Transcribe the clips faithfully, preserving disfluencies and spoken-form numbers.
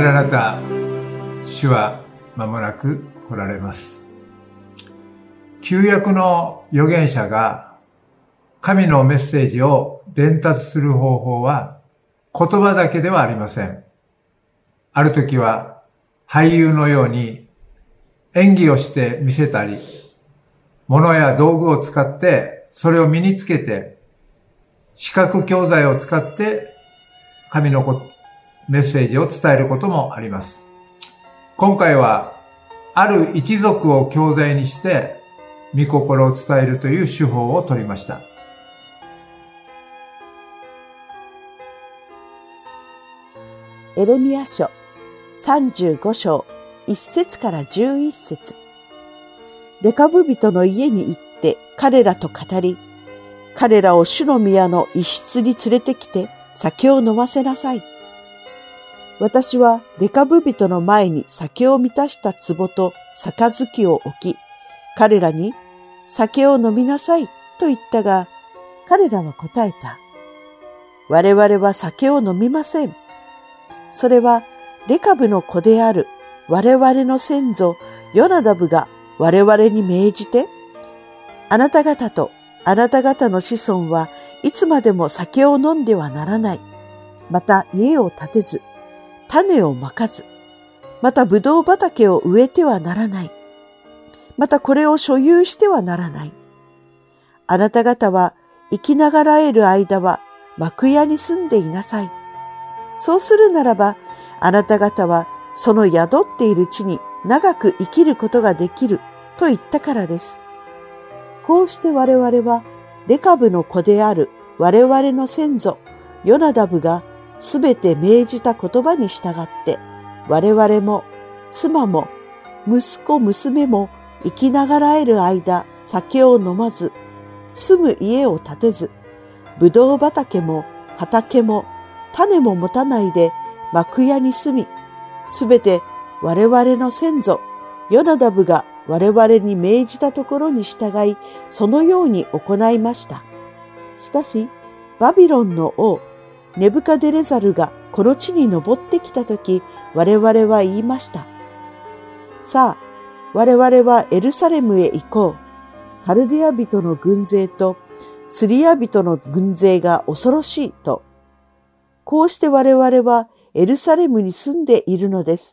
マラナタ、主は間もなく来られます。旧約の預言者が神のメッセージを伝達する方法は言葉だけではありません。ある時は俳優のように演技をして見せたり、物や道具を使ってそれを身につけて、視覚教材を使って神のメッセージを伝えることもあります。今回はある一族を教材にして御心を伝えるという手法を取りました。 エレミヤ書さんじゅうご章いっ節からじゅういっ節。レカブ人の家に行って彼らと語り、彼らを主の宮の一室に連れてきて酒を飲ませなさい。私はレカブ人の前に酒を満たした壺と杯を置き、彼らに酒を飲みなさいと言ったが、彼らは答えた。我々は酒を飲みません。それはレカブの子である我々の先祖ヨナダブが我々に命じて、あなた方とあなた方の子孫はいつまでも酒を飲んではならない。また家を建てず、種をまかず、またブドウ畑を植えてはならない。またこれを所有してはならない。あなた方は生きながらえる間は幕屋に住んでいなさい。そうするならば、あなた方はその宿っている地に長く生きることができると言ったからです。こうして我々はレカブの子である我々の先祖ヨナダブがすべて命じた言葉に従って、我々も妻も息子娘も生きながらえる間酒を飲まず、住む家を建てず、ぶどう畑も畑も種も持たないで幕屋に住み、すべて我々の先祖ヨナダブが我々に命じたところに従い、そのように行いました。しかし、バビロンの王ネブカデレザルがこの地に登ってきたとき、我々は言いました。さあ、我々はエルサレムへ行こう。カルディア人の軍勢とスリア人の軍勢が恐ろしいと。こうして我々はエルサレムに住んでいるのです。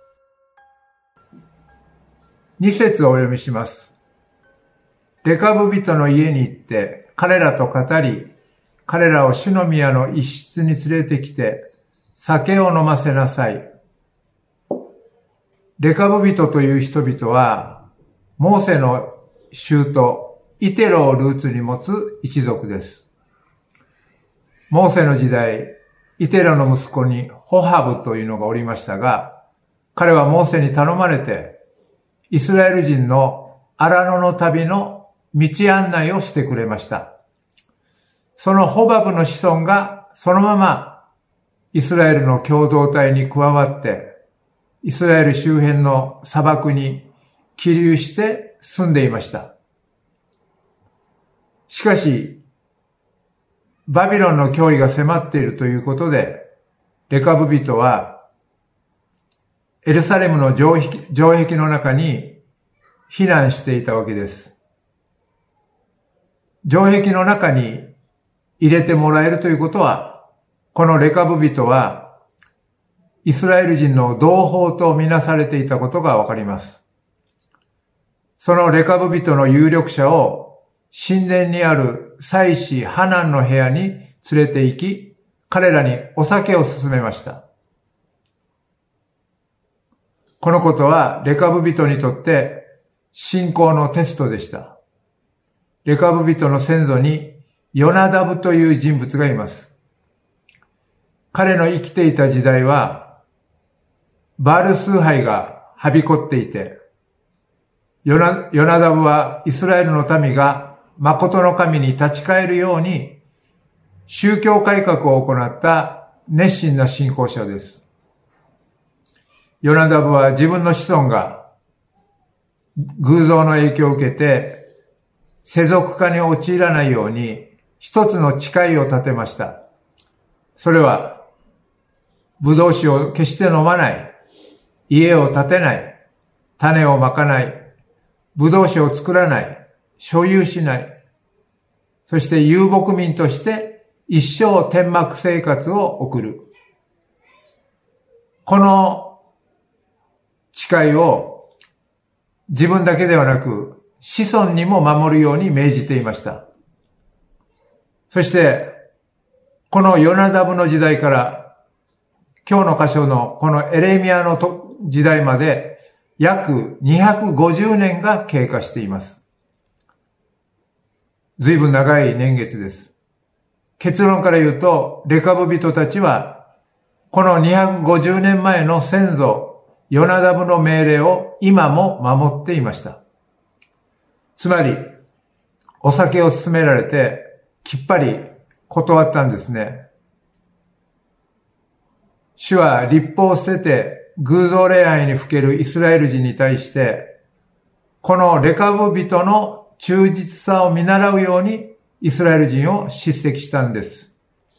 二節をお読みします。レカブ人の家に行って彼らと語り、彼らを主の宮の一室に連れてきて酒を飲ませなさい。レカブ人という人々はモーセの舅イテロをルーツに持つ一族です。モーセの時代、イテロの息子にホハブというのがおりましたが、彼はモーセに頼まれてイスラエル人の荒野の旅の道案内をしてくれました。そのホバブの子孫がそのままイスラエルの共同体に加わって、イスラエル周辺の砂漠に起立して住んでいました。しかし、バビロンの脅威が迫っているということで、レカブ人はエルサレムの城壁、城壁の中に避難していたわけです。城壁の中に入れてもらえるということは、このレカブ人はイスラエル人の同胞とみなされていたことがわかります。そのレカブ人の有力者を神殿にある祭司ハナンの部屋に連れて行き、彼らにお酒を勧めました。このことはレカブ人にとって信仰のテストでした。レカブ人の先祖にヨナダブという人物がいます。彼の生きていた時代はバール崇拝がはびこっていて、ヨナ、ヨナダブはイスラエルの民が誠の神に立ち返るように宗教改革を行った熱心な信仰者です。ヨナダブは自分の子孫が偶像の影響を受けて世俗化に陥らないように一つの誓いを立てました。それはブドウ酒を決して飲まない。家を建てない。種をまかない。ブドウ酒を作らない。所有しない。そして遊牧民として一生天幕生活を送る。この誓いを自分だけではなく子孫にも守るように命じていました。そしてこのヨナダブの時代から今日の箇所のこのエレミヤの時代まで約にひゃくごじゅうねんが経過しています。随分長い年月です。結論から言うと、レカブ人たちはこのにひゃくごじゅうねんまえの先祖ヨナダブの命令を今も守っていました。つまり、お酒を勧められてきっぱり断ったんですね。主は律法を捨てて偶像礼拝にふけるイスラエル人に対して、このレカブ人の忠実さを見習うようにイスラエル人を叱責したんです。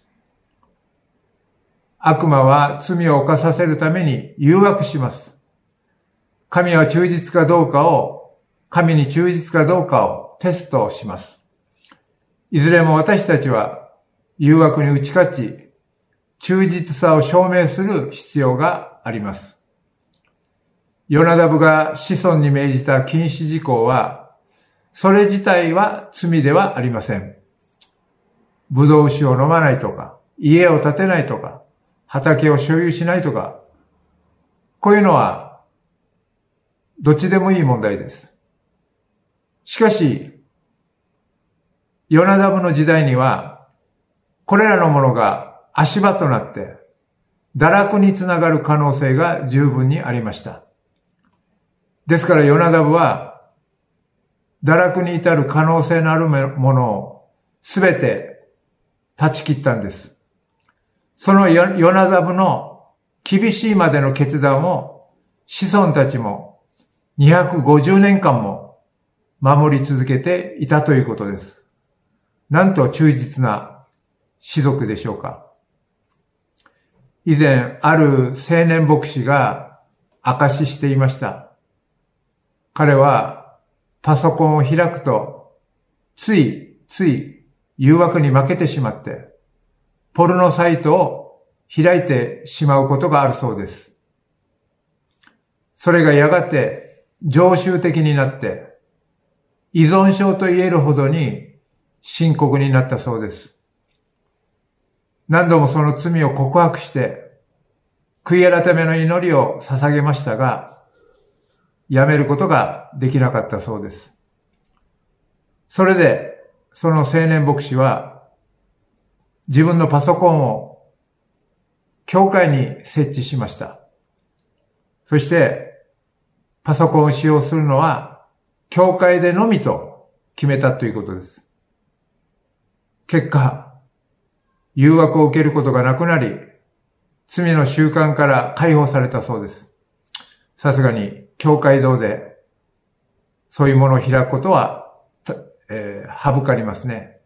悪魔は罪を犯させるために誘惑します。神は忠実かどうかを、神に忠実かどうかをテストします。いずれも私たちは誘惑に打ち勝ち、忠実さを証明する必要があります。ヨナダブが子孫に命じた禁止事項は、それ自体は罪ではありません。ブドウ酒を飲まないとか、家を建てないとか、畑を所有しないとか、こういうのは、どっちでもいい問題です。しかし、ヨナダブの時代には、これらのものが足場となって、堕落につながる可能性が十分にありました。ですからヨナダブは、堕落に至る可能性のあるものをすべて断ち切ったんです。そのヨナダブの厳しいまでの決断を子孫たちもにひゃくごじゅうねんかんも守り続けていたということです。なんと忠実な士族でしょうか。以前ある青年牧師が証ししていました。彼はパソコンを開くと、ついつい誘惑に負けてしまって、ポルノサイトを開いてしまうことがあるそうです。それがやがて常習的になって、依存症と言えるほどに深刻になったそうです。何度もその罪を告白して、悔い改めの祈りを捧げましたが、やめることができなかったそうです。それで、その青年牧師は、自分のパソコンを教会に設置しました。そして、パソコンを使用するのは、教会でのみと決めたということです。結果、誘惑を受けることがなくなり、罪の習慣から解放されたそうです。さすがに、教会堂で、そういうものを開くことは、えー、省かれますね。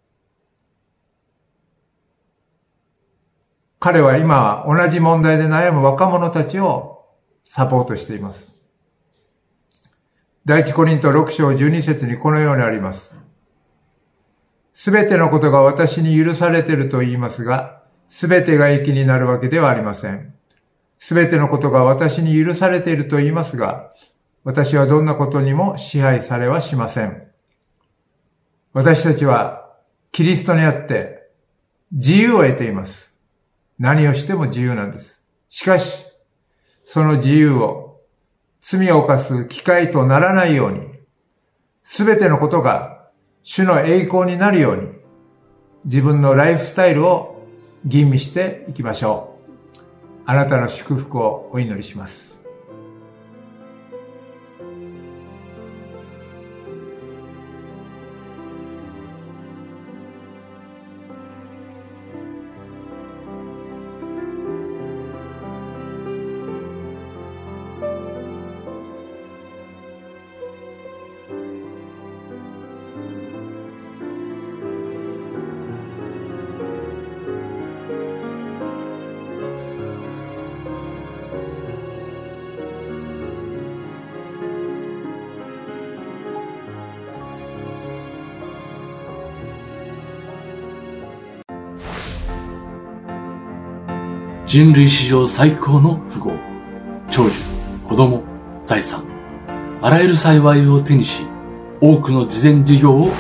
彼は今、同じ問題で悩む若者たちをサポートしています。第一コリントろくしょうじゅうにせつにこのようにあります。すべてのことが私に許されていると言いますが、すべてが益になるわけではありません。すべてのことが私に許されていると言いますが、私はどんなことにも支配されはしません。私たちはキリストにあって自由を得ています。何をしても自由なんです。しかし、その自由を罪を犯す機会とならないように、すべてのことが主の栄光になるように、自分のライフスタイルを吟味していきましょう。あなたの祝福をお祈りします。 人類史上最高の富豪、長寿、子供、財産、あらゆる幸いを手にし、多くの慈善事業を行った。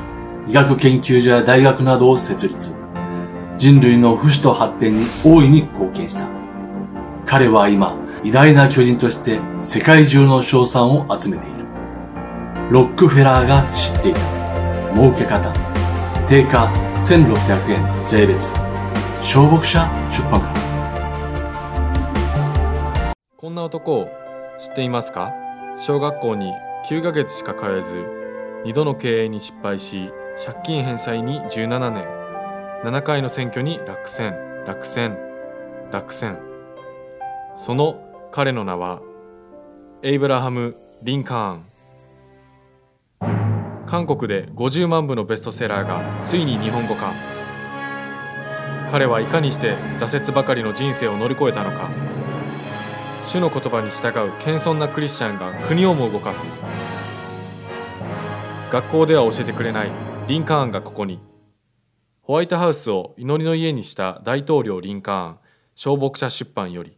医学研究所や大学などを設立。人類の不死と発展に大いに貢献した。彼は今、偉大な巨人として世界中の称賛を集めている。ロックフェラーが知っていた。儲け方。定価せんろっぴゃくえん税別。小牧社出版から。 こんな男を知っていますか？小学校にきゅうかげつしか通えず、にどの経営に失敗し、借金返済にじゅうななねん、ななかいの選挙に落選、落選、落選。その彼の名は、エイブラハム・リンカーン。韓国でごじゅうまんぶのベストセラーがついに日本語化。彼はいかにして挫折ばかりの人生を乗り越えたのか。主の言葉に従う謙遜なクリスチャンが国をも動かす。学校では教えてくれないリンカーンがここに。ホワイトハウスを祈りの家にした大統領リンカーン、小牧社出版より。